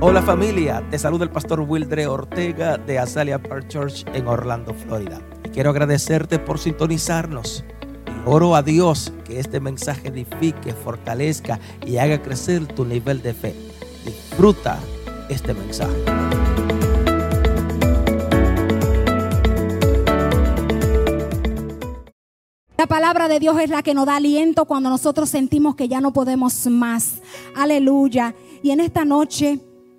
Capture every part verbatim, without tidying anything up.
Hola familia, te saluda el pastor Wildre Ortega de Azalea Park Church en Orlando, Florida. Y quiero agradecerte por sintonizarnos. Y oro a Dios que este mensaje edifique, fortalezca y haga crecer tu nivel de fe. Disfruta este mensaje. La palabra de Dios es la que nos da aliento cuando nosotros sentimos que ya no podemos más. Aleluya. Y en esta noche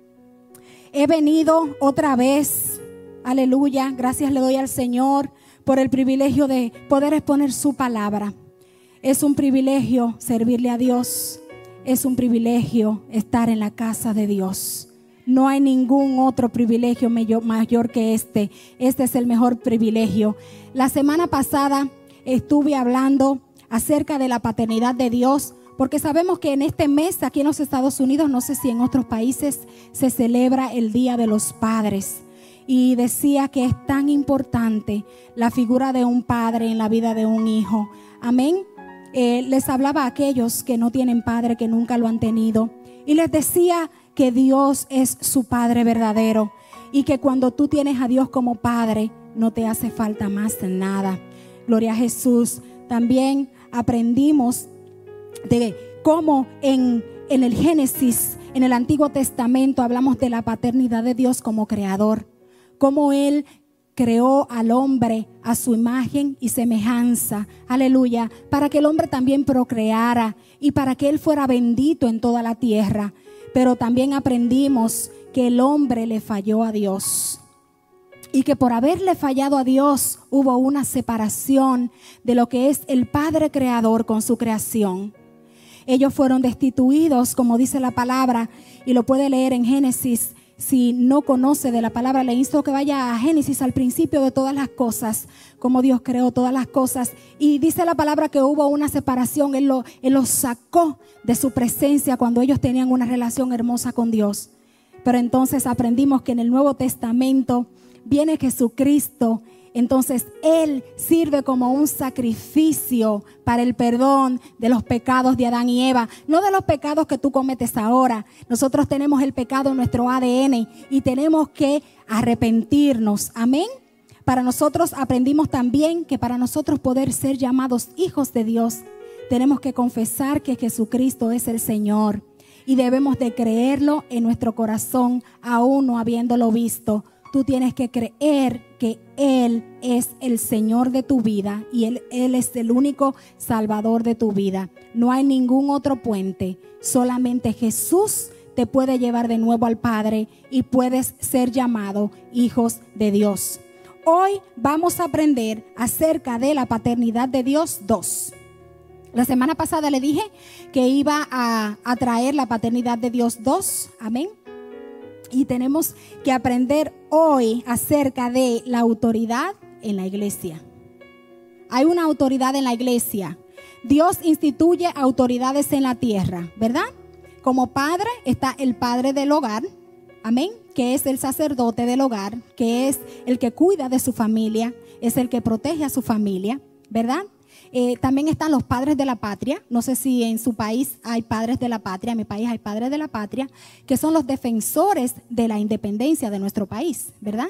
he venido otra vez, aleluya, gracias le doy al Señor por el privilegio de poder exponer su palabra. Es un privilegio servirle a Dios, es un privilegio estar en la casa de Dios. No hay ningún otro privilegio mayor que este, este es el mejor privilegio. La semana pasada estuve hablando acerca de la paternidad de Dios, porque sabemos que en este mes aquí en los Estados Unidos, no sé si en otros países, se celebra el Día de los Padres. Y decía que es tan importante la figura de un padre en la vida de un hijo. Amén. Eh, les hablaba a aquellos que no tienen padre, que nunca lo han tenido. Y les decía que Dios es su Padre verdadero. Y que cuando tú tienes a Dios como Padre, no te hace falta más nada. Gloria a Jesús. También aprendimos de cómo en, en el Génesis, en el Antiguo Testamento, hablamos de la paternidad de Dios como creador. Cómo Él creó al hombre a su imagen y semejanza. Aleluya. Para que el hombre también procreara y para que Él fuera bendito en toda la tierra. Pero también aprendimos que el hombre le falló a Dios. Y que por haberle fallado a Dios hubo una separación de lo que es el Padre Creador con su creación. Ellos fueron destituidos, como dice la palabra, y lo puede leer en Génesis. Si no conoce de la palabra, le insto que vaya a Génesis, al principio de todas las cosas, como Dios creó todas las cosas. Y dice la palabra que hubo una separación. Él lo, él los sacó de su presencia cuando ellos tenían una relación hermosa con Dios. Pero entonces aprendimos que en el Nuevo Testamento viene Jesucristo. Entonces Él sirve como un sacrificio para el perdón de los pecados de Adán y Eva. No de los pecados que tú cometes ahora. Nosotros tenemos el pecado en nuestro A D N y tenemos que arrepentirnos. Amén. Para nosotros aprendimos también que para nosotros poder ser llamados hijos de Dios, tenemos que confesar que Jesucristo es el Señor. Y debemos de creerlo en nuestro corazón, aún no habiéndolo visto. Tú tienes que creer que Él es el Señor de tu vida y Él, Él es el único Salvador de tu vida. No hay ningún otro puente. Solamente Jesús te puede llevar de nuevo al Padre y puedes ser llamado hijos de Dios. Hoy vamos a aprender acerca de la paternidad de Dios dos. La semana pasada le dije que iba a, a traer la paternidad de Dios dos. Amén. Y tenemos que aprender hoy acerca de la autoridad en la iglesia. Hay una autoridad en la iglesia. Dios instituye autoridades en la tierra, ¿verdad? Como padre está el padre del hogar, amén, que es el sacerdote del hogar, que es el que cuida de su familia, es el que protege a su familia, ¿verdad? Eh, también están los padres de la patria. No sé si en su país hay padres de la patria. En mi país hay padres de la patria, que son los defensores de la independencia de nuestro país, ¿verdad?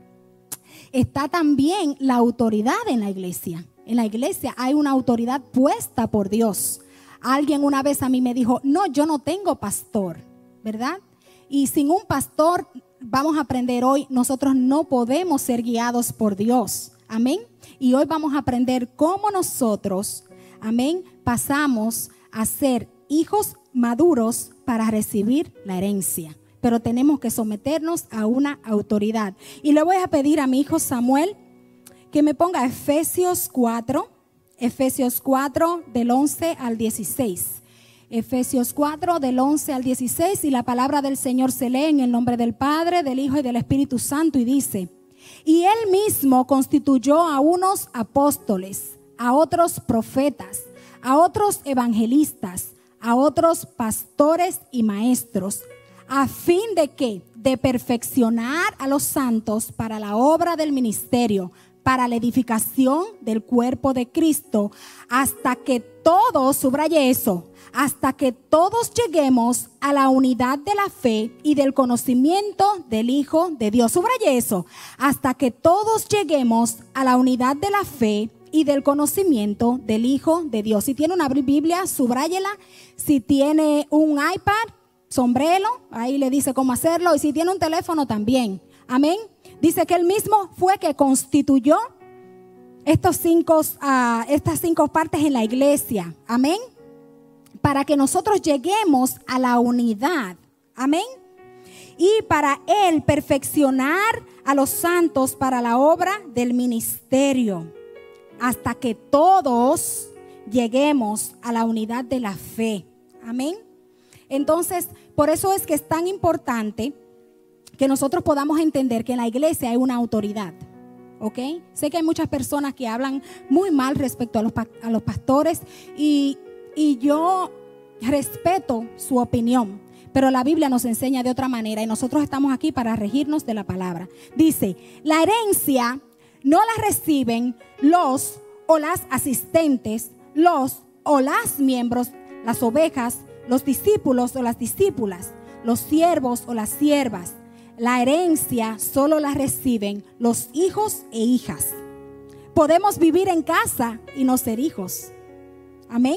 Está también la autoridad en la iglesia. En la iglesia hay una autoridad puesta por Dios. Alguien una vez a mí me dijo, no, yo no tengo pastor, ¿verdad? Y sin un pastor, vamos a aprender hoy, nosotros no podemos ser guiados por Dios. Amén. Y hoy vamos a aprender cómo nosotros, amén, pasamos a ser hijos maduros para recibir la herencia. Pero tenemos que someternos a una autoridad. Y le voy a pedir a mi hijo Samuel que me ponga Efesios cuatro, Efesios cuatro del once al dieciséis. Efesios cuatro del once al dieciséis, y la palabra del Señor se lee en el nombre del Padre, del Hijo y del Espíritu Santo, y dice: y Él mismo constituyó a unos apóstoles, a otros profetas, a otros evangelistas, a otros pastores y maestros, a fin de que, de perfeccionar a los santos para la obra del ministerio, para la edificación del cuerpo de Cristo, hasta que todos, subraye eso, hasta que todos lleguemos a la unidad de la fe y del conocimiento del Hijo de Dios. Subraye eso, hasta que todos lleguemos a la unidad de la fe y del conocimiento del Hijo de Dios. Si tiene una Biblia, subráyela. Si tiene un iPad, sombrero, ahí le dice cómo hacerlo. Y si tiene un teléfono también. Amén. Dice que él mismo fue que constituyó estos cinco, uh, estas cinco partes en la iglesia. Amén. Para que nosotros lleguemos a la unidad. Amén. Y para él perfeccionar a los santos para la obra del ministerio. Hasta que todos lleguemos a la unidad de la fe. Amén. Entonces, por eso es que es tan importante que nosotros podamos entender que en la iglesia hay una autoridad. ¿Ok? Sé que hay muchas personas que hablan muy mal respecto a los, a los pastores y, y yo respeto su opinión. Pero la Biblia nos enseña de otra manera y nosotros estamos aquí para regirnos de la palabra. Dice, la herencia no la reciben los o las asistentes, los o las miembros, las ovejas, los discípulos o las discípulas, los siervos o las siervas. La herencia solo la reciben los hijos e hijas. Podemos vivir en casa y no ser hijos. Amén.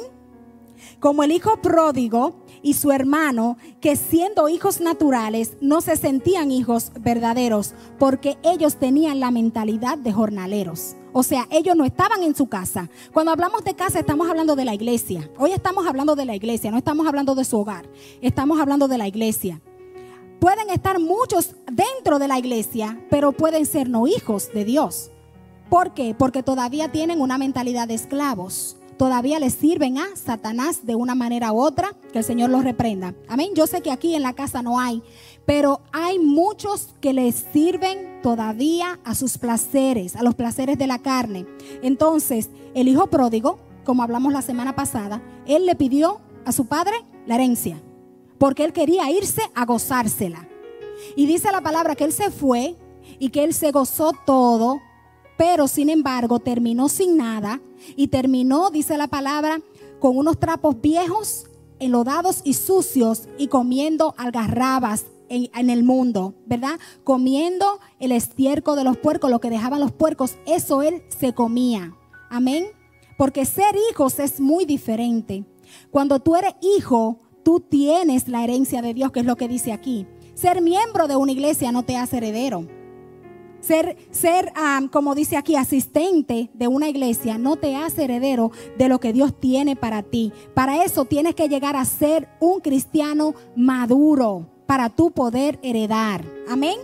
Como el hijo pródigo y su hermano, que siendo hijos naturales no se sentían hijos verdaderos, porque ellos tenían la mentalidad de jornaleros. O sea, ellos no estaban en su casa. Cuando hablamos de casa estamos hablando de la iglesia. Hoy estamos hablando de la iglesia, no estamos hablando de su hogar. Estamos hablando de la iglesia. Pueden estar muchos dentro de la iglesia, pero pueden ser no hijos de Dios. ¿Por qué? Porque todavía tienen una mentalidad de esclavos. Todavía les sirven a Satanás de una manera u otra, que el Señor los reprenda. Amén. Yo sé que aquí en la casa no hay, pero hay muchos que les sirven todavía a sus placeres, a los placeres de la carne. Entonces, el hijo pródigo, como hablamos la semana pasada, él le pidió a su padre la herencia, porque él quería irse a gozársela. Y dice la palabra que él se fue y que él se gozó todo, pero sin embargo terminó sin nada. Y terminó, dice la palabra, con unos trapos viejos, enlodados y sucios, y comiendo algarrabas en, en el mundo, ¿verdad? Comiendo el estiércol de los puercos, lo que dejaban los puercos, eso él se comía. Amén. Porque ser hijos es muy diferente. Cuando tú eres hijo, tú tienes la herencia de Dios, que es lo que dice aquí. Ser miembro de una iglesia no te hace heredero. Ser, ser um, como dice aquí, asistente de una iglesia no te hace heredero de lo que Dios tiene para ti. Para eso tienes que llegar a ser un cristiano maduro para tú poder heredar. Amén.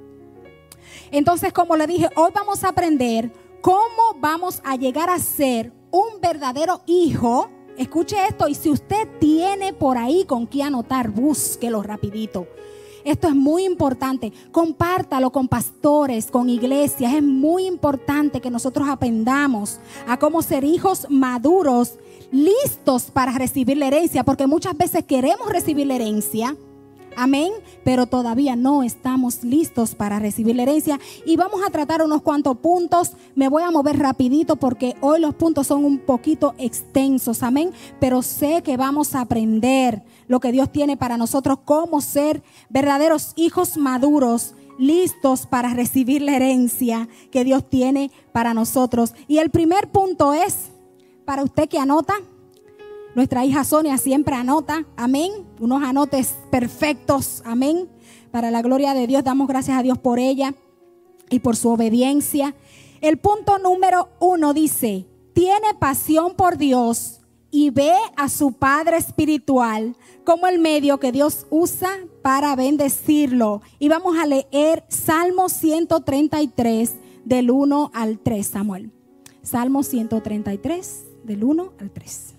Entonces, como le dije, hoy vamos a aprender cómo vamos a llegar a ser un verdadero hijo. Escuche esto, y si usted tiene por ahí con qué anotar, búsquelo rapidito. Esto es muy importante. Compártalo con pastores, con iglesias. Es muy importante que nosotros aprendamos a cómo ser hijos maduros, listos para recibir la herencia, porque muchas veces queremos recibir la herencia. Amén, pero todavía no estamos listos para recibir la herencia. Y vamos a tratar unos cuantos puntos. Me voy a mover rapidito porque hoy los puntos son un poquito extensos. Amén, pero sé que vamos a aprender lo que Dios tiene para nosotros, cómo ser verdaderos hijos maduros, listos para recibir la herencia que Dios tiene para nosotros. Y el primer punto es, para usted que anota, nuestra hija Sonia siempre anota, amén, unos anotes perfectos, amén, para la gloria de Dios. Damos gracias a Dios por ella y por su obediencia. El punto número uno dice, tiene pasión por Dios y ve a su Padre espiritual como el medio que Dios usa para bendecirlo. Y vamos a leer Salmo ciento treinta y tres del uno al tres, Samuel. Salmo ciento treinta y tres del uno al tres.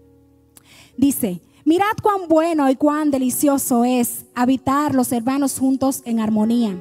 Dice, mirad cuán bueno y cuán delicioso es habitar los hermanos juntos en armonía.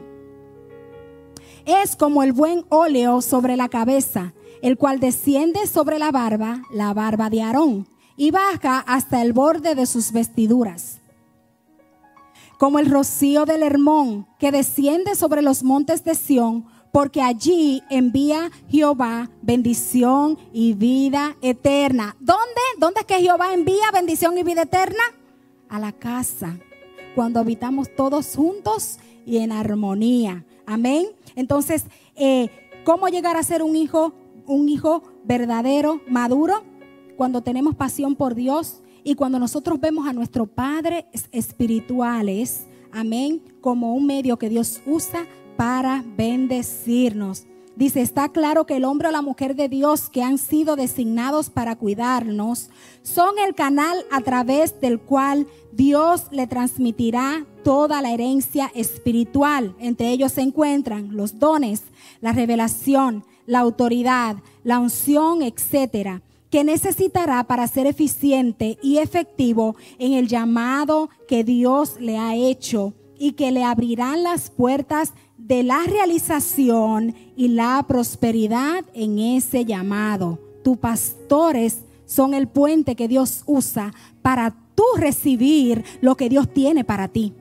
Es como el buen óleo sobre la cabeza, el cual desciende sobre la barba, la barba de Aarón, y baja hasta el borde de sus vestiduras. Como el rocío del Hermón, que desciende sobre los montes de Sión, porque allí envía Jehová bendición y vida eterna. ¿Dónde? ¿Dónde es que Jehová envía bendición y vida eterna? A la casa, cuando habitamos todos juntos y en armonía. Amén. Entonces, eh, ¿cómo llegar a ser un hijo, un hijo verdadero, maduro? Cuando tenemos pasión por Dios y cuando nosotros vemos a nuestros padres espirituales, amén, como un medio que Dios usa para bendecirnos. Dice, está claro que el hombre o la mujer de Dios que han sido designados para cuidarnos son el canal a través del cual Dios le transmitirá toda la herencia espiritual. Entre ellos se encuentran los dones, la revelación, la autoridad, la unción, etcétera, que necesitará para ser eficiente y efectivo en el llamado que Dios le ha hecho y que le abrirán las puertas de la realización y la prosperidad en ese llamado. Tus pastores son el puente que Dios usa para tú recibir lo que Dios tiene para ti.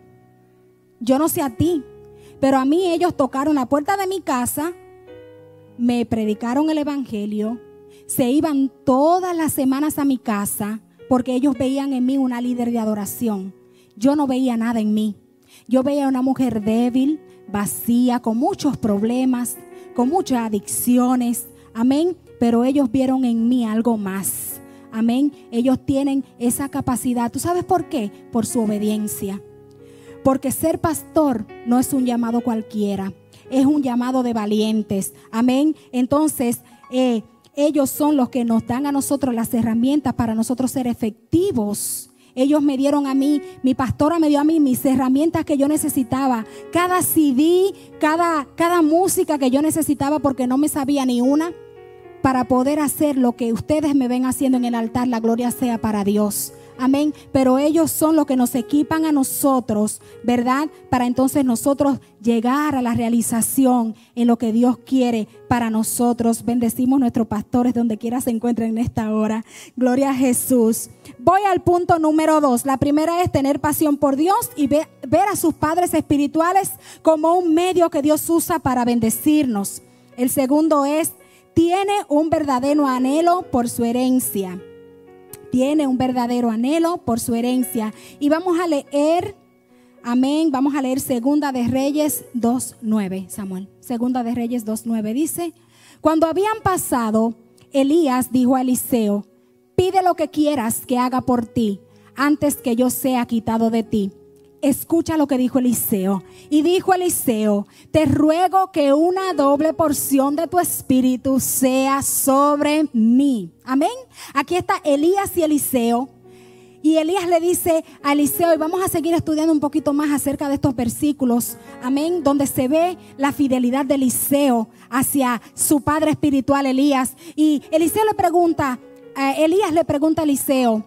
Yo no sé a ti, pero a mí ellos tocaron la puerta de mi casa, me predicaron el evangelio, se iban todas las semanas a mi casa porque ellos veían en mí una líder de adoración. Yo no veía nada en mí. Yo veía una mujer débil, vacía, con muchos problemas, con muchas adicciones, amén, pero ellos vieron en mí algo más, amén. Ellos tienen esa capacidad. ¿Tú sabes por qué? Por su obediencia. Porque ser pastor no es un llamado cualquiera, es un llamado de valientes, amén. Entonces, eh, ellos son los que nos dan a nosotros las herramientas para nosotros ser efectivos. Ellos me dieron a mí, mi pastora me dio a mí mis herramientas que yo necesitaba. Cada C D, cada, cada música que yo necesitaba porque no me sabía ni una, para poder hacer lo que ustedes me ven haciendo en el altar. La gloria sea para Dios. Amén. Pero ellos son los que nos equipan a nosotros, ¿verdad? Para entonces nosotros llegar a la realización en lo que Dios quiere para nosotros. Bendecimos a nuestros pastores donde quiera se encuentren en esta hora. Gloria a Jesús. Voy al punto número dos. La primera es tener pasión por Dios y ver, ver a sus padres espirituales como un medio que Dios usa para bendecirnos. El segundo es, tiene un verdadero anhelo por su herencia. Tiene un verdadero anhelo por su herencia. Y vamos a leer, amén, vamos a leer Segunda de Reyes dos nueve, Samuel. Segunda de Reyes dos nueve dice, cuando habían pasado, Elías dijo a Eliseo, pide lo que quieras que haga por ti, antes que yo sea quitado de ti. Escucha lo que dijo Eliseo. Y dijo Eliseo, te ruego que una doble porción de tu espíritu sea sobre mí. Amén. Aquí está Elías y Eliseo. Y Elías le dice a Eliseo, y vamos a seguir estudiando un poquito más acerca de estos versículos, amén, donde se ve la fidelidad de Eliseo hacia su padre espiritual Elías. Y Eliseo le pregunta, eh, Elías le pregunta a Eliseo,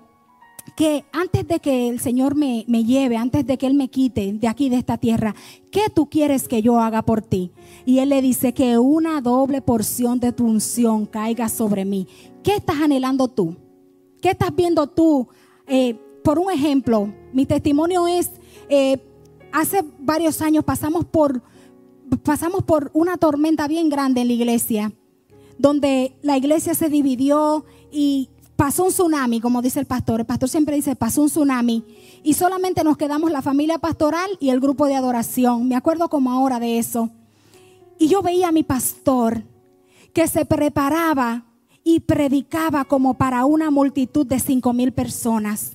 que antes de que el Señor me, me lleve, antes de que Él me quite de aquí, de esta tierra, ¿qué tú quieres que yo haga por ti? Y Él le dice que una doble porción de tu unción caiga sobre mí. ¿Qué estás anhelando tú? ¿Qué estás viendo tú? Eh, por un ejemplo, mi testimonio es, eh, hace varios años pasamos por, pasamos por una tormenta bien grande en la iglesia, donde la iglesia se dividió y pasó un tsunami, como dice el pastor. El pastor siempre dice, pasó un tsunami. Y solamente nos quedamos la familia pastoral y el grupo de adoración. Me acuerdo como ahora de eso. Y yo veía a mi pastor que se preparaba y predicaba como para una multitud de cinco mil personas.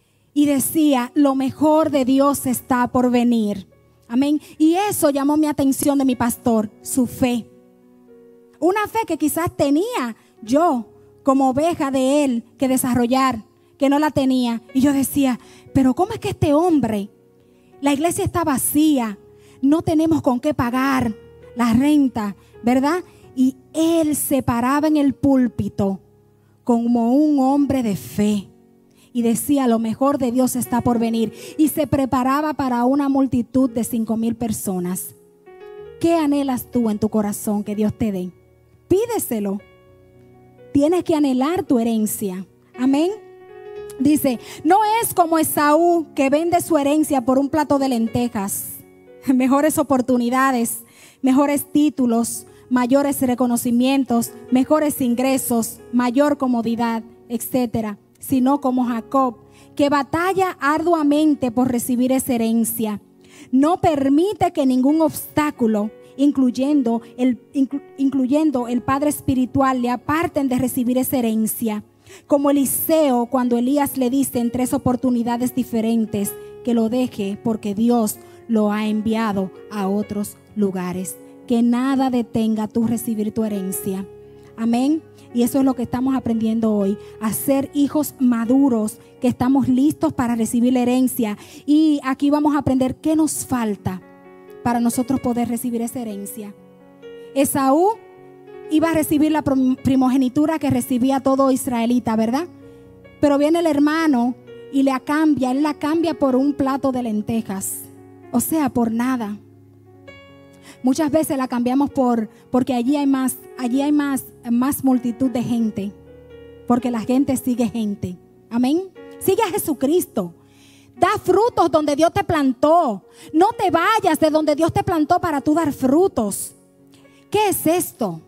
Y decía, lo mejor de Dios está por venir. Amén. Y eso llamó mi atención de mi pastor, su fe. Una fe que quizás tenía yo como oveja de él que desarrollar, que no la tenía. Y yo decía, pero ¿cómo es que este hombre, la iglesia está vacía, no tenemos con qué pagar la renta, ¿verdad? Y él se paraba en el púlpito como un hombre de fe y decía, lo mejor de Dios está por venir. Y se preparaba para una multitud de cinco mil personas. ¿Qué anhelas tú en tu corazón que Dios te dé? Pídeselo. Tienes que anhelar tu herencia. Amén. Dice, no es como Esaú que vende su herencia por un plato de lentejas, mejores oportunidades, mejores títulos, mayores reconocimientos, mejores ingresos, mayor comodidad, etcétera, sino como Jacob, que batalla arduamente por recibir esa herencia. No permite que ningún obstáculo, incluyendo el, inclu, incluyendo el padre espiritual, le aparten de recibir esa herencia. Como Eliseo, cuando Elías le dice en tres oportunidades diferentes que lo deje porque Dios lo ha enviado a otros lugares. Que nada detenga tu recibir tu herencia. Amén. Y eso es lo que estamos aprendiendo hoy, a ser hijos maduros, que estamos listos para recibir la herencia. Y aquí vamos a aprender qué nos falta para nosotros poder recibir esa herencia. Esaú iba a recibir la primogenitura que recibía todo israelita, ¿verdad? Pero viene el hermano y la cambia, él la cambia por un plato de lentejas, o sea, por nada. Muchas veces la cambiamos por porque allí hay más, allí hay más, más multitud de gente, porque la gente sigue gente. Amén. Sigue a Jesucristo. Da frutos donde Dios te plantó. No te vayas de donde Dios te plantó para tú dar frutos. ¿Qué es esto?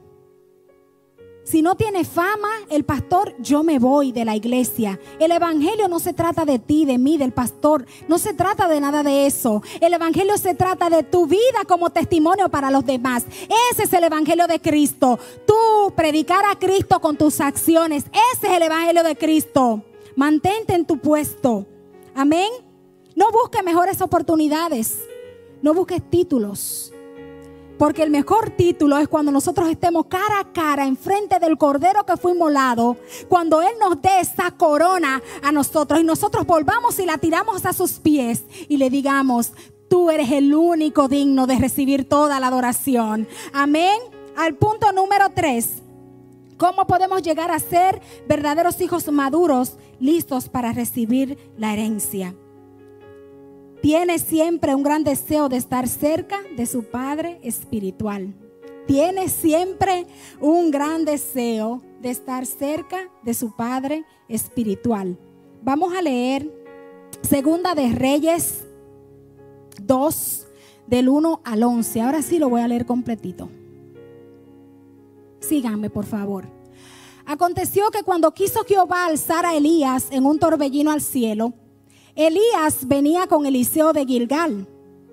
Si no tiene fama el pastor, yo me voy de la iglesia. El evangelio no se trata de ti, de mí, del pastor. No se trata de nada de eso. El evangelio se trata de tu vida como testimonio para los demás. Ese es el evangelio de Cristo. Tú predicar a Cristo con tus acciones. Ese es el evangelio de Cristo. Mantente en tu puesto. Amén. No busques mejores oportunidades. No busques títulos. Porque el mejor título es cuando nosotros estemos cara a cara enfrente del Cordero que fue inmolado. Cuando Él nos dé esa corona a nosotros y nosotros volvamos y la tiramos a sus pies y le digamos: tú eres el único digno de recibir toda la adoración. Amén. Al punto número tres. ¿Cómo podemos llegar a ser verdaderos hijos maduros, listos para recibir la herencia? Tiene siempre un gran deseo de estar cerca de su Padre espiritual. Tiene siempre un gran deseo de estar cerca de su Padre espiritual. Vamos a leer Segunda de Reyes dos, del uno al once. Ahora sí lo voy a leer completito. Síganme, por favor. Aconteció que cuando quiso Jehová alzar a Elías en un torbellino al cielo, Elías venía con Eliseo de Gilgal.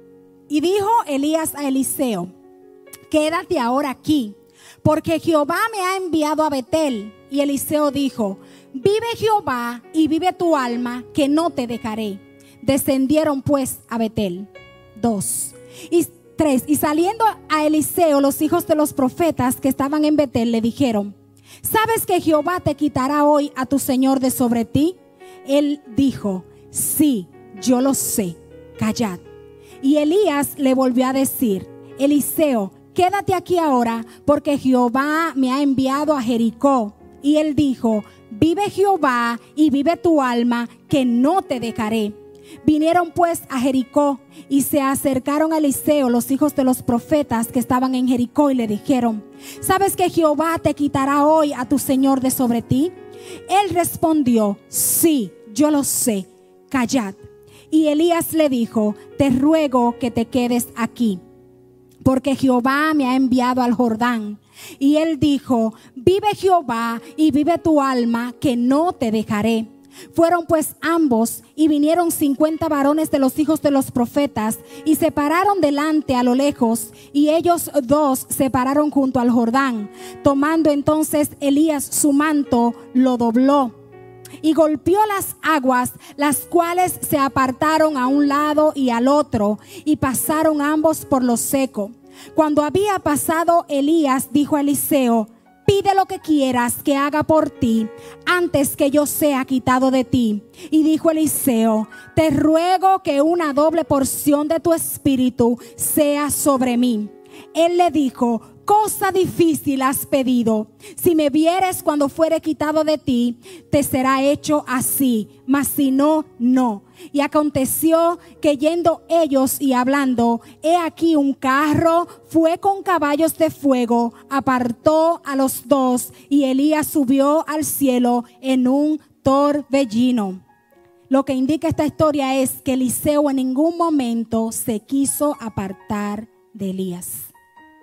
Y dijo Elías a Eliseo: quédate ahora aquí, porque Jehová me ha enviado a Betel. Y Eliseo dijo: vive Jehová y vive tu alma, que no te dejaré. Descendieron pues a Betel. Dos. Y tres. Y saliendo a Eliseo, los hijos de los profetas que estaban en Betel le dijeron: ¿sabes que Jehová te quitará hoy a tu señor de sobre ti? Él dijo: sí, yo lo sé, callad. Y Elías le volvió a decir: Eliseo, quédate aquí ahora, porque Jehová me ha enviado a Jericó. Y él dijo: vive Jehová y vive tu alma, que no te dejaré. Vinieron pues a Jericó y se acercaron a Eliseo, los hijos de los profetas que estaban en Jericó, y le dijeron: ¿sabes que Jehová te quitará hoy a tu señor de sobre ti? Él respondió: sí, yo lo sé, callad. Y Elías le dijo: te ruego que te quedes aquí, porque Jehová me ha enviado al Jordán. Y él dijo: vive Jehová y vive tu alma, que no te dejaré. Fueron pues ambos y vinieron cincuenta varones de los hijos de los profetas y se pararon delante a lo lejos, y ellos dos se pararon junto al Jordán. Tomando entonces Elías su manto, lo dobló y golpeó las aguas, las cuales se apartaron a un lado y al otro, y pasaron ambos por lo seco. Cuando había pasado Elías, dijo a Eliseo: pide lo que quieras que haga por ti, antes que yo sea quitado de ti. Y dijo Eliseo: te ruego que una doble porción de tu espíritu sea sobre mí. Él le dijo: cosa difícil has pedido. Si me vieres cuando fuere quitado de ti, te será hecho así, mas si no, no. Y aconteció que yendo ellos y hablando, he aquí un carro fue con caballos de fuego, apartó a los dos, y Elías subió al cielo en un torbellino. Lo que indica esta historia es que Eliseo en ningún momento se quiso apartar de Elías.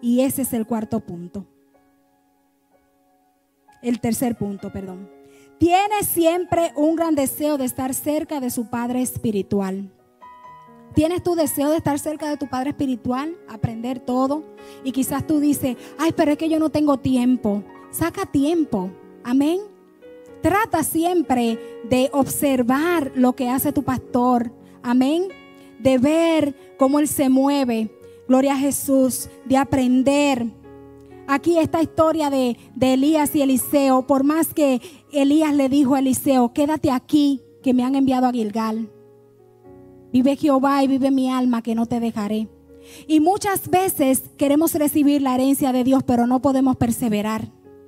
Y ese es el cuarto punto. El tercer punto, perdón. Tiene siempre un gran deseo de estar cerca de su Padre espiritual. ¿Tienes tu deseo de estar cerca de tu Padre espiritual? Aprender todo. Y quizás tú dices, ay, pero es que yo no tengo tiempo. Saca tiempo. Amén. Trata siempre de observar lo que hace tu pastor. Amén. De ver cómo Él se mueve. Gloria a Jesús. De aprender. Aquí esta historia de, de Elías y Eliseo. Por más que Elías le dijo a Eliseo, quédate aquí que me han enviado a Gilgal. Vive Jehová y vive mi alma que no te dejaré. Y muchas veces queremos recibir la herencia de Dios, pero no podemos perseverar.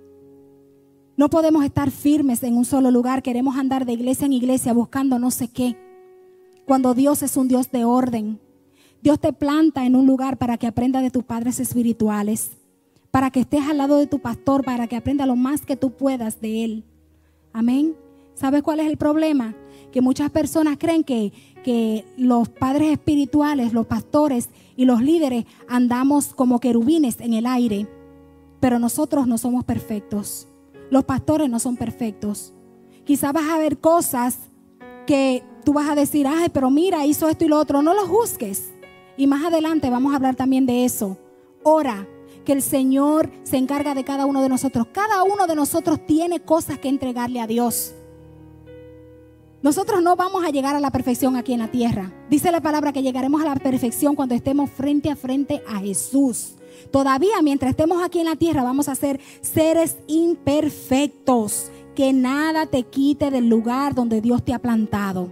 No podemos estar firmes en un solo lugar. Queremos andar de iglesia en iglesia buscando no sé qué. Cuando Dios es un Dios de orden. Dios te planta en un lugar para que aprenda de tus padres espirituales. Para que estés al lado de tu pastor, para que aprenda lo más que tú puedas de él. Amén. ¿Sabes cuál es el problema? Que muchas personas creen que, que los padres espirituales, los pastores y los líderes andamos como querubines en el aire. Pero nosotros no somos perfectos. Los pastores no son perfectos. Quizás vas a ver cosas que tú vas a decir, ay, pero mira, hizo esto y lo otro. No lo juzgues. Y más adelante vamos a hablar también de eso. Ora, que el Señor se encarga de cada uno de nosotros. Cada uno de nosotros tiene cosas que entregarle a Dios. Nosotros no vamos a llegar a la perfección aquí en la tierra. Dice la palabra que llegaremos a la perfección cuando estemos frente a frente a Jesús. Todavía mientras estemos aquí en la tierra vamos a ser seres imperfectos. Que nada te quite del lugar donde Dios te ha plantado.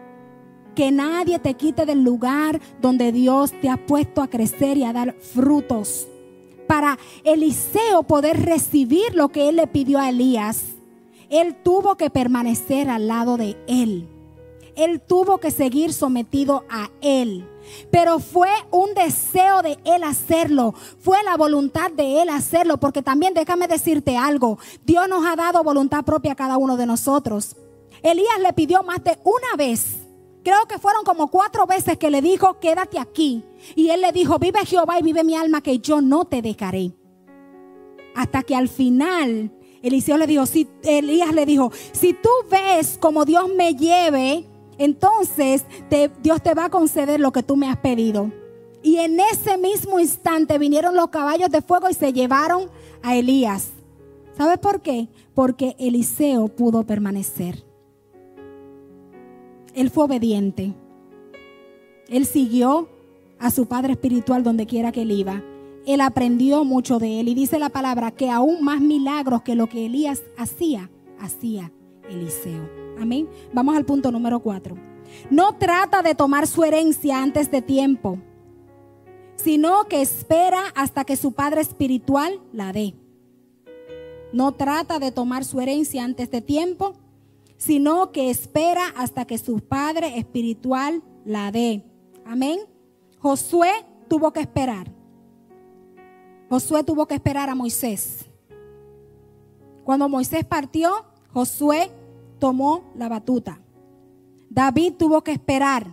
Que nadie te quite del lugar donde Dios te ha puesto a crecer y a dar frutos. Para Eliseo poder recibir lo que él le pidió a Elías, él tuvo que permanecer al lado de él. Él tuvo que seguir sometido a él. Pero fue un deseo de él hacerlo. Fue la voluntad de él hacerlo. Porque también déjame decirte algo. Dios nos ha dado voluntad propia a cada uno de nosotros. Elías le pidió más de una vez. Creo que fueron como cuatro veces que le dijo, quédate aquí. Y él le dijo, vive Jehová y vive mi alma que yo no te dejaré. Hasta que al final Eliseo le dijo, si, Elías le dijo, si tú ves como Dios me lleve, entonces te, Dios te va a conceder lo que tú me has pedido. Y en ese mismo instante vinieron los caballos de fuego y se llevaron a Elías. ¿Sabes por qué? Porque Eliseo pudo permanecer. Él fue obediente. Él siguió a su padre espiritual donde quiera que él iba. Él aprendió mucho de él. Y dice la palabra que aún más milagros que lo que Elías hacía, hacía Eliseo. Amén. Vamos al punto número cuatro. No trata de tomar su herencia antes de tiempo, sino que espera hasta que su padre espiritual la dé. No trata de tomar su herencia antes de tiempo, sino que espera hasta que su padre espiritual la dé. Amén. Josué tuvo que esperar. Josué tuvo que esperar a Moisés. Cuando Moisés partió, Josué tomó la batuta. David tuvo que esperar.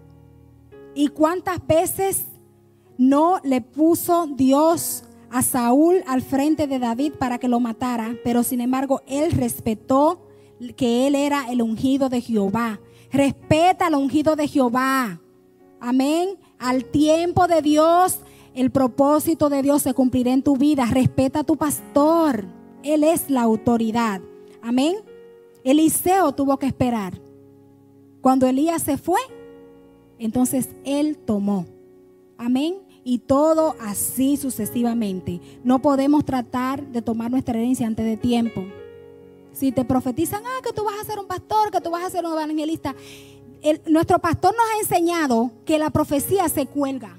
¿Y cuántas veces no le puso Dios a Saúl al frente de David para que lo matara? Pero sin embargo, él respetó que él era el ungido de Jehová. Respeta al ungido de Jehová. Amén. Al tiempo de Dios, el propósito de Dios se cumplirá en tu vida. Respeta a tu pastor. Él es la autoridad. Amén. Eliseo tuvo que esperar. Cuando Elías se fue, entonces él tomó. Amén. Y todo así sucesivamente. No podemos tratar de tomar nuestra herencia antes de tiempo. Si te profetizan, ah, que tú vas a ser un pastor, que tú vas a ser un evangelista. El, nuestro pastor nos ha enseñado que la profecía se cuelga.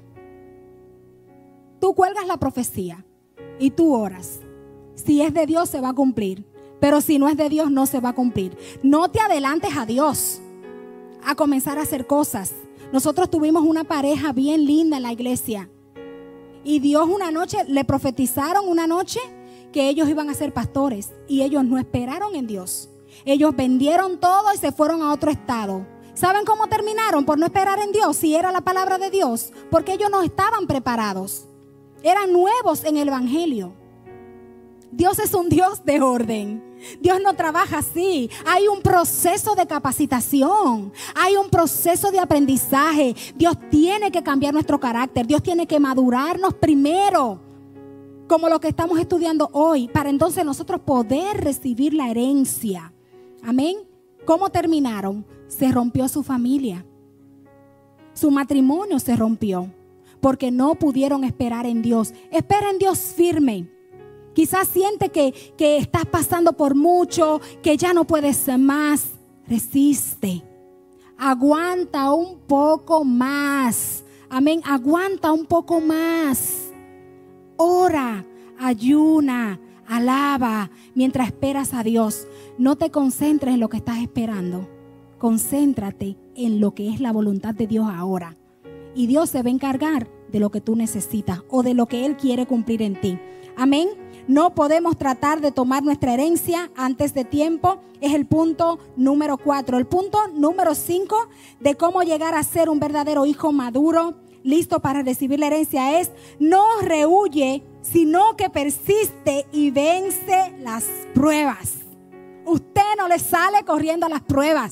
Tú cuelgas la profecía y tú oras. Si es de Dios se va a cumplir, pero si no es de Dios no se va a cumplir. No te adelantes a Dios a comenzar a hacer cosas. Nosotros tuvimos una pareja bien linda en la iglesia y Dios una noche, le profetizaron una noche que ellos iban a ser pastores y ellos no esperaron en Dios. Ellos vendieron todo y se fueron a otro estado. ¿Saben cómo terminaron? Por no esperar en Dios, si era la palabra de Dios, porque ellos no estaban preparados. eran nuevos en el evangelio. Dios es un Dios de orden. Dios no trabaja así. Hay un proceso de capacitación. Hay un proceso de aprendizaje. Dios tiene que cambiar nuestro carácter. Dios tiene que madurarnos primero, como lo que estamos estudiando hoy, para entonces nosotros poder recibir la herencia. Amén. ¿Cómo terminaron? Se rompió su familia. Su matrimonio se rompió porque no pudieron esperar en Dios. Espera en Dios firme. Quizás siente que, que estás pasando por mucho, que ya no puedes más. Resiste. Aguanta un poco más. Amén. Aguanta un poco más. Ora, ayuna, alaba mientras esperas a Dios. No te concentres en lo que estás esperando. Concéntrate en lo que es la voluntad de Dios ahora. Y Dios se va a encargar de lo que tú necesitas o de lo que Él quiere cumplir en ti. Amén. No podemos tratar de tomar nuestra herencia antes de tiempo. Es el punto número cuatro. El punto número cinco de cómo llegar a ser un verdadero hijo maduro, listo para recibir la herencia, es: no rehuye, sino que persiste y vence las pruebas. Usted no le sale corriendo a las pruebas.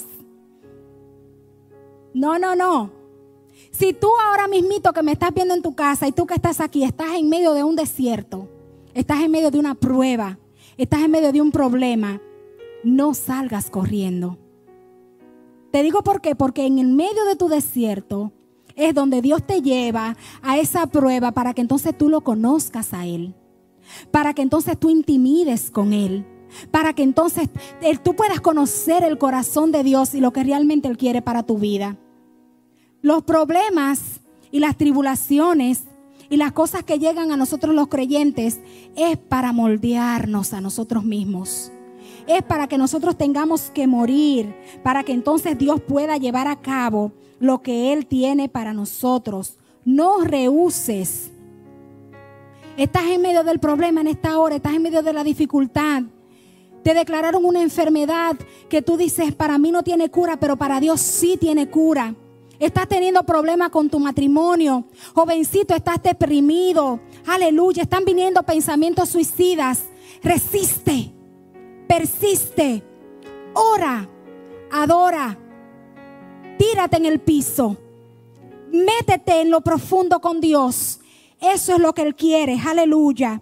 No, no, no. Si tú ahora mismito que me estás viendo en tu casa y tú que estás aquí, estás en medio de un desierto, estás en medio de una prueba, estás en medio de un problema, no salgas corriendo. Te digo por qué, porque en el medio de tu desierto es donde Dios te lleva a esa prueba para que entonces tú lo conozcas a Él, para que entonces tú intimides con Él, para que entonces tú puedas conocer el corazón de Dios y lo que realmente Él quiere para tu vida. Los problemas y las tribulaciones y las cosas que llegan a nosotros los creyentes es para moldearnos a nosotros mismos. Es para que nosotros tengamos que morir, para que entonces Dios pueda llevar a cabo lo que Él tiene para nosotros. No rehuses. Estás en medio del problema en esta hora, estás en medio de la dificultad. Te declararon una enfermedad que tú dices, para mí no tiene cura, pero para Dios sí tiene cura. Estás teniendo problemas con tu matrimonio. Jovencito, estás deprimido. Aleluya, están viniendo pensamientos suicidas. Resiste, persiste, ora, adora. Tírate en el piso. Métete en lo profundo con Dios. Eso es lo que Él quiere. Aleluya.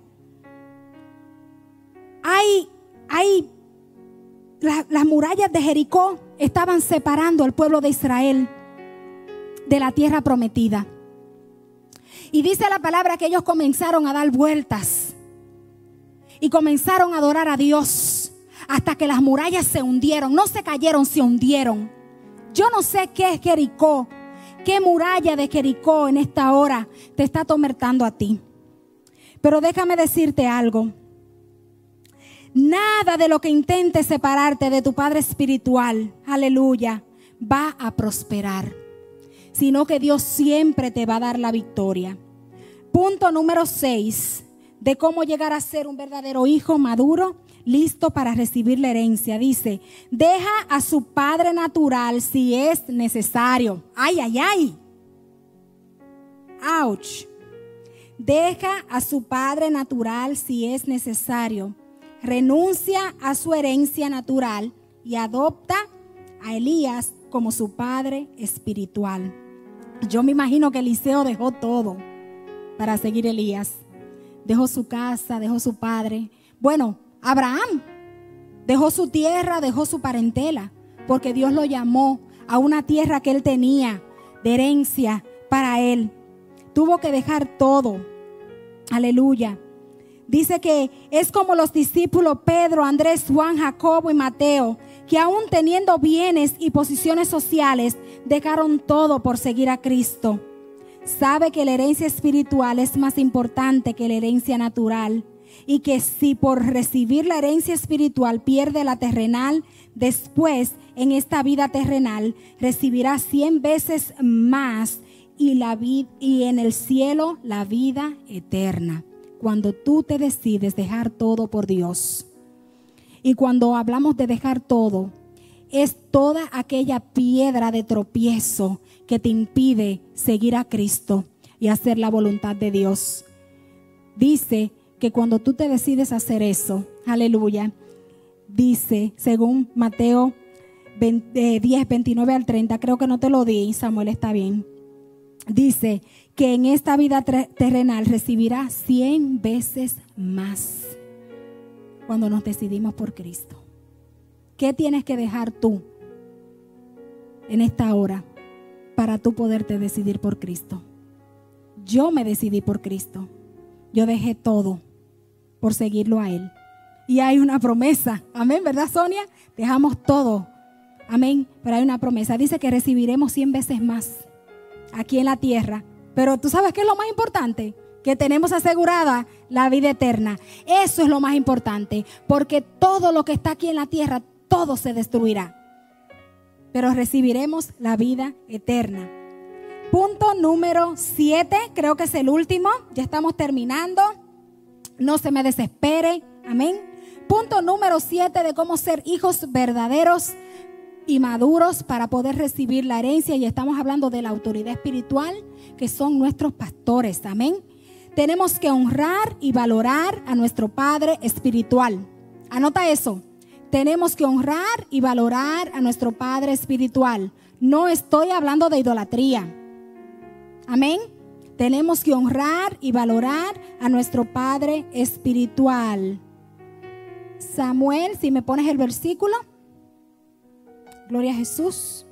Hay, hay, la, las murallas de Jericó estaban separando al pueblo de Israel de la tierra prometida. Y dice la palabra que ellos comenzaron a dar vueltas y comenzaron a adorar a Dios hasta que las murallas se hundieron. No se cayeron, se hundieron. Yo no sé qué es Jericó, qué muralla de Jericó en esta hora te está atormentando a ti. Pero déjame decirte algo. Nada de lo que intentes separarte de tu Padre espiritual, aleluya, va a prosperar, sino que Dios siempre te va a dar la victoria. Punto número seis de cómo llegar a ser un verdadero hijo maduro, listo para recibir la herencia. Dice, deja a su padre natural si es necesario. Ay, ay, ay. Ouch. Deja a su padre natural si es necesario. Renuncia a su herencia natural y adopta a Elías como su padre espiritual. Yo me imagino que Eliseo dejó todo para seguir a Elías. Dejó su casa, dejó su padre. Bueno, Abraham dejó su tierra, dejó su parentela, porque Dios lo llamó a una tierra que él tenía de herencia para él. Tuvo que dejar todo. Aleluya. Dice que es como los discípulos Pedro, Andrés, Juan, Jacobo y Mateo, que aún teniendo bienes y posiciones sociales, dejaron todo por seguir a Cristo. Sabe que la herencia espiritual es más importante que la herencia natural, y que si por recibir la herencia espiritual pierde la terrenal, después en esta vida terrenal recibirá cien veces más y, la vid- y en el cielo la vida eterna. Cuando tú te decides dejar todo por Dios. Y cuando hablamos de dejar todo, es toda aquella piedra de tropiezo que te impide seguir a Cristo y hacer la voluntad de Dios. dice que cuando tú te decides hacer eso, aleluya, dice, según Mateo diez, veintinueve al treinta, creo que no te lo di, Samuel, está bien. Dice que en esta vida terrenal recibirá cien veces más cuando nos decidimos por Cristo. ¿Qué tienes que dejar tú en esta hora para tú poderte decidir por Cristo? Yo me decidí por Cristo. Yo dejé todo por seguirlo a Él. Y hay una promesa. Amén, ¿verdad, Sonia? Dejamos todo. Amén. Pero hay una promesa. Dice que recibiremos cien veces más aquí en la tierra. Pero ¿tú sabes qué es lo más importante? Que tenemos asegurada la vida eterna. Eso es lo más importante. Porque todo lo que está aquí en la tierra, todo se destruirá. Pero recibiremos la vida eterna. Punto número siete, creo que es el último. Ya estamos terminando. No se me desespere. Amén. Punto número siete de cómo ser hijos verdaderos y maduros para poder recibir la herencia. Y estamos hablando de la autoridad espiritual, que son nuestros pastores. Amén. Tenemos que honrar y valorar a nuestro Padre espiritual. Anota eso. Tenemos que honrar y valorar a nuestro Padre espiritual. No estoy hablando de idolatría. Amén. Tenemos que honrar y valorar a nuestro Padre espiritual. Samuel, si me pones el versículo. Gloria a Jesús.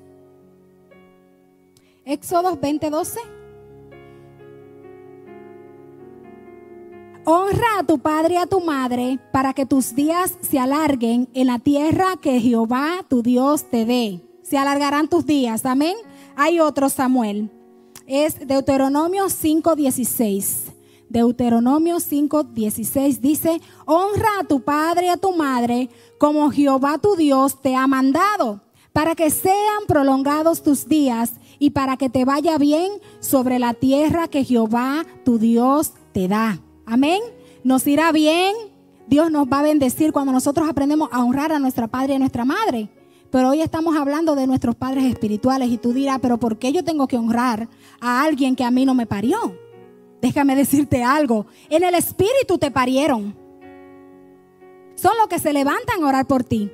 Éxodo veinte, doce. Honra a tu padre y a tu madre para que tus días se alarguen en la tierra que Jehová tu Dios te dé. Se alargarán tus días. Amén. Hay otro, Samuel. Es Deuteronomio cinco, dieciséis. Deuteronomio cinco, dieciséis dice: honra a tu padre y a tu madre como Jehová tu Dios te ha mandado, para que sean prolongados tus días y para que te vaya bien sobre la tierra que Jehová tu Dios te da. Amén. Nos irá bien. Dios nos va a bendecir cuando nosotros aprendemos a honrar a nuestra padre y a nuestra madre. Pero hoy estamos hablando de nuestros padres espirituales y tú dirás, pero ¿por qué yo tengo que honrar a alguien que a mí no me parió? Déjame decirte algo. En el espíritu te parieron. Son los que se levantan a orar por ti.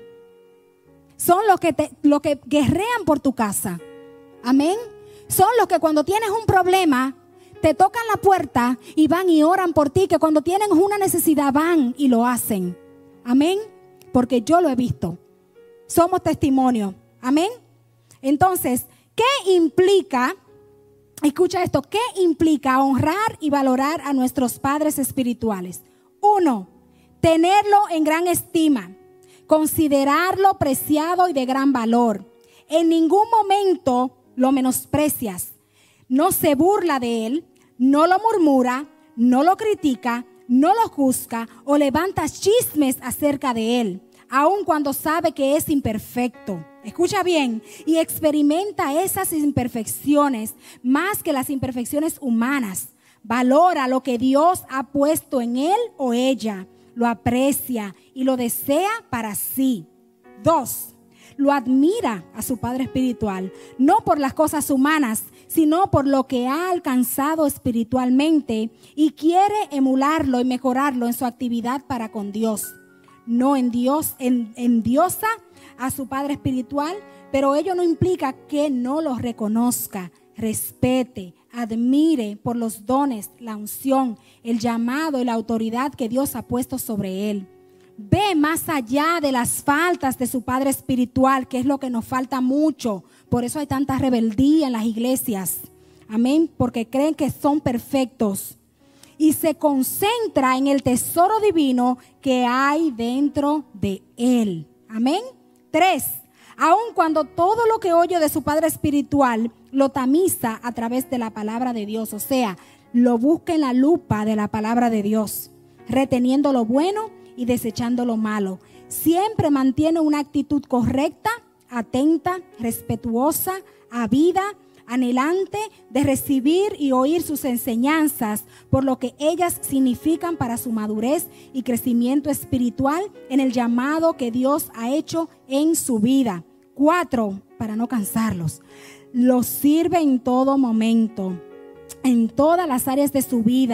Son los que, te, los que guerrean por tu casa. Amén. Son los que cuando tienes un problema te tocan la puerta y van y oran por ti, que cuando tienen una necesidad van y lo hacen. Amén. Porque yo lo he visto. Somos testimonio. Amén. Entonces, ¿qué implica? Escucha esto. ¿Qué implica honrar y valorar a nuestros padres espirituales? Uno, tenerlo en gran estima. Considerarlo preciado y de gran valor. En ningún momento lo menosprecias. No se burla de él, no lo murmura, no lo critica, no lo juzga o levanta chismes acerca de él, aun cuando sabe que es imperfecto. Escucha bien, y experimenta esas imperfecciones más que las imperfecciones humanas. Valora lo que Dios ha puesto en él o ella, lo aprecia y lo desea para sí. Dos, lo admira a su padre espiritual, no por las cosas humanas, sino por lo que ha alcanzado espiritualmente y quiere emularlo y mejorarlo en su actividad para con Dios. No en Dios, en, endiosa a su padre espiritual, pero ello no implica que no lo reconozca, respete, admire por los dones, la unción, el llamado y la autoridad que Dios ha puesto sobre él. Ve más allá de las faltas de su padre espiritual, que es lo que nos falta mucho. Por eso hay tanta rebeldía en las iglesias. Amén, porque creen que son perfectos. Y se concentra en el tesoro divino que hay dentro de él. Amén. Tres, aun cuando todo lo que oye de su padre espiritual lo tamiza a través de la palabra de Dios. O sea, lo busca en la lupa de la palabra de Dios, reteniendo lo bueno y desechando lo malo. Siempre mantiene una actitud correcta, atenta, respetuosa, avida, anhelante de recibir y oír sus enseñanzas, por lo que ellas significan para su madurez y crecimiento espiritual en el llamado que Dios ha hecho en su vida. Cuatro, para no cansarlos, los sirve en todo momento, en todas las áreas de su vida,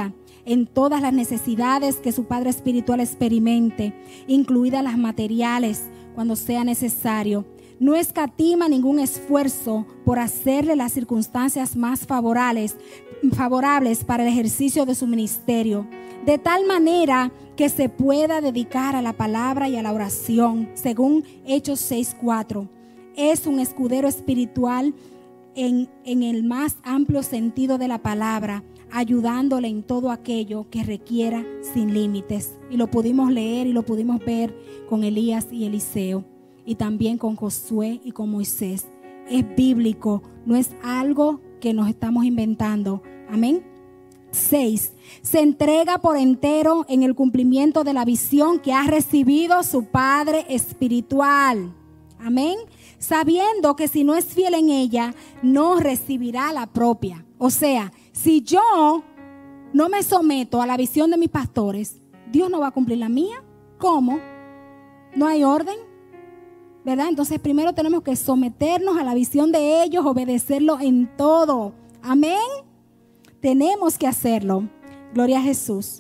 en todas las necesidades que su Padre Espiritual experimente, incluidas las materiales, cuando sea necesario. No escatima ningún esfuerzo por hacerle las circunstancias más favorables, favorables para el ejercicio de su ministerio, de tal manera que se pueda dedicar a la palabra y a la oración, según Hechos seis cuatro. Es un escudero espiritual en, en el más amplio sentido de la palabra, ayudándole en todo aquello que requiera sin límites. Y lo pudimos leer y lo pudimos ver con Elías y Eliseo, y también con Josué y con Moisés. Es bíblico, no es algo que nos estamos inventando. Amén. seis. Se entrega por entero en el cumplimiento de la visión que ha recibido su Padre Espiritual. Amén. Sabiendo que si no es fiel en ella, no recibirá la propia. O sea, si yo no me someto a la visión de mis pastores, Dios no va a cumplir la mía. ¿Cómo? ¿No hay orden? ¿Verdad? Entonces primero tenemos que someternos a la visión de ellos, obedecerlo en todo. Amén. Tenemos que hacerlo. Gloria a Jesús.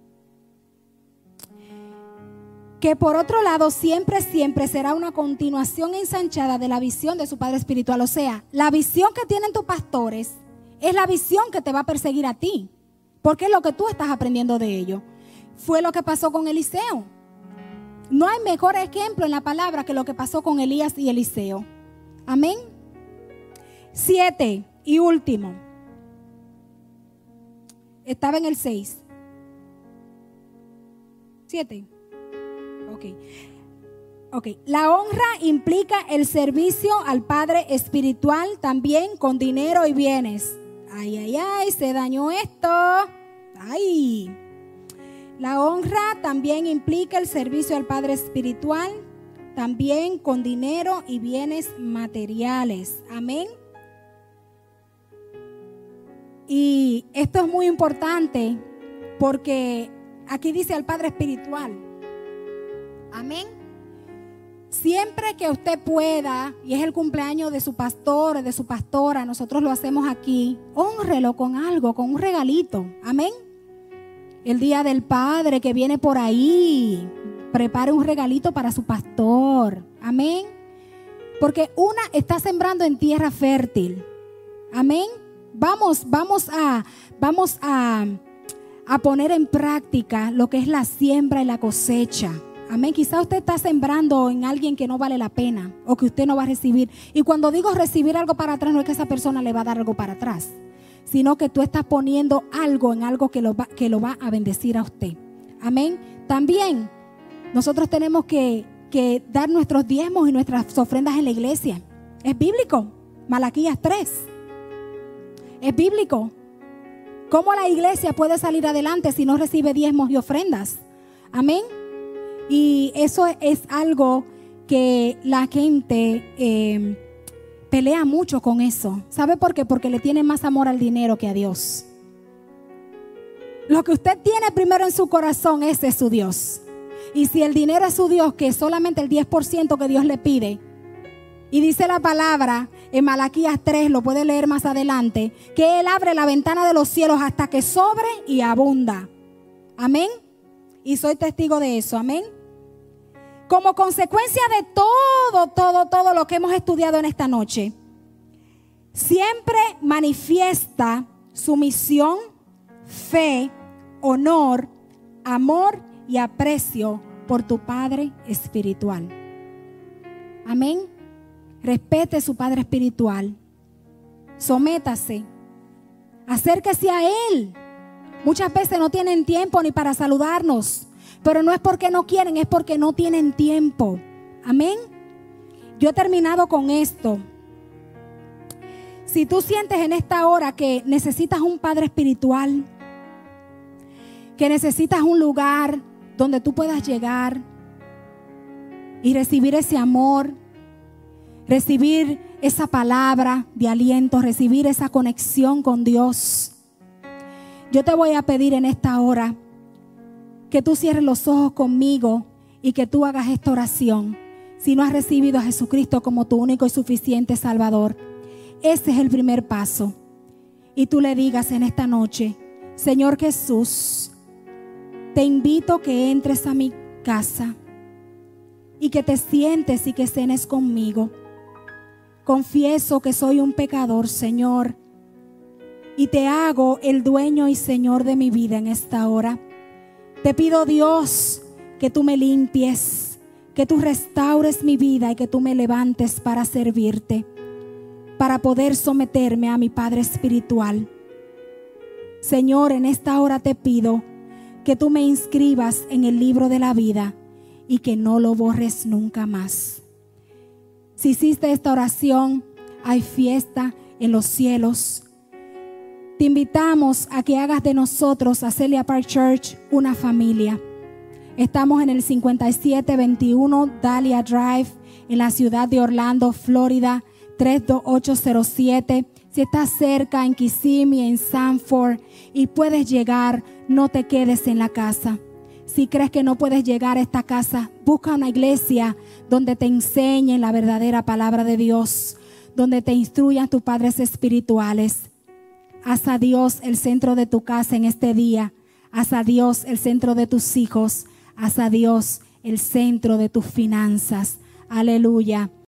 Que por otro lado siempre, siempre será una continuación ensanchada de la visión de su Padre Espiritual. O sea, la visión que tienen tus pastores es la visión que te va a perseguir a ti, porque es lo que tú estás aprendiendo de ellos. Fue lo que pasó con Eliseo. No hay mejor ejemplo en la palabra que lo que pasó con Elías y Eliseo. Amén. Siete y último. Estaba en el seis. Siete. Ok. Ok. La honra implica el servicio al Padre Espiritual también con dinero y bienes. Ay, ay, ay, se dañó esto. Ay. La honra también implica el servicio al Padre Espiritual, también con dinero y bienes materiales. Amén. Y esto es muy importante porque aquí dice al Padre Espiritual. Amén. Siempre que usted pueda, y es el cumpleaños de su pastor, de su pastora, nosotros lo hacemos aquí, hónrelo con algo, con un regalito. Amén. El día del Padre que viene por ahí, prepare un regalito para su pastor. Amén. Porque una está sembrando en tierra fértil. Amén. Vamos, vamos a, vamos a, a poner en práctica lo que es la siembra y la cosecha. Amén. Quizá usted está sembrando en alguien que no vale la pena o que usted no va a recibir. Y cuando digo recibir algo para atrás, no es que esa persona le va a dar algo para atrás, sino que tú estás poniendo algo en algo que lo va, que lo va a bendecir a usted. Amén. También nosotros tenemos que, que dar nuestros diezmos y nuestras ofrendas en la iglesia. Es bíblico. Malaquías tres. Es bíblico. ¿Cómo la iglesia puede salir adelante si no recibe diezmos y ofrendas? Amén. Y eso es algo que la gente eh, pelea mucho con eso. ¿Sabe por qué? Porque le tiene más amor al dinero que a Dios. Lo que usted tiene primero en su corazón, ese es su Dios. Y si el dinero es su Dios, que es solamente el diez por ciento que Dios le pide, y dice la palabra en Malaquías tres, lo puede leer más adelante, que Él abre la ventana de los cielos hasta que sobre y abunda. Amén. Y soy testigo de eso. Amén. Como consecuencia de todo, todo, todo lo que hemos estudiado en esta noche, siempre manifiesta sumisión, fe, honor, amor y aprecio por tu Padre Espiritual. Amén. Respete a su Padre Espiritual. Sométase. Acérquese a Él. Muchas veces no tienen tiempo ni para saludarnos, pero no es porque no quieren, es porque no tienen tiempo. Amén. Yo he terminado con esto. Si tú sientes en esta hora que necesitas un Padre Espiritual, que necesitas un lugar donde tú puedas llegar y recibir ese amor, recibir esa palabra de aliento, recibir esa conexión con Dios, yo te voy a pedir en esta hora que tú cierres los ojos conmigo y que tú hagas esta oración. Si no has recibido a Jesucristo como tu único y suficiente Salvador, ese es el primer paso. Y tú le digas en esta noche: Señor Jesús, te invito que entres a mi casa y que te sientes y que cenes conmigo. Confieso que soy un pecador, Señor, y te hago el dueño y Señor de mi vida en esta hora. Te pido, Dios, que tú me limpies, que tú restaures mi vida y que tú me levantes para servirte, para poder someterme a mi Padre espiritual. Señor, en esta hora te pido que tú me inscribas en el libro de la vida y que no lo borres nunca más. Si hiciste esta oración, hay fiesta en los cielos. Te invitamos a que hagas de nosotros, Azalea Park Church, una familia. Estamos en el cincuenta y siete veintiuno Dahlia Drive, en la ciudad de Orlando, Florida, tres dos ocho cero siete. Si estás cerca en Kissimmee, en Sanford y puedes llegar, no te quedes en la casa. Si crees que no puedes llegar a esta casa, busca una iglesia donde te enseñen la verdadera palabra de Dios, donde te instruyan tus padres espirituales. Haz a Dios el centro de tu casa en este día. Haz a Dios el centro de tus hijos. Haz a Dios el centro de tus finanzas. Aleluya.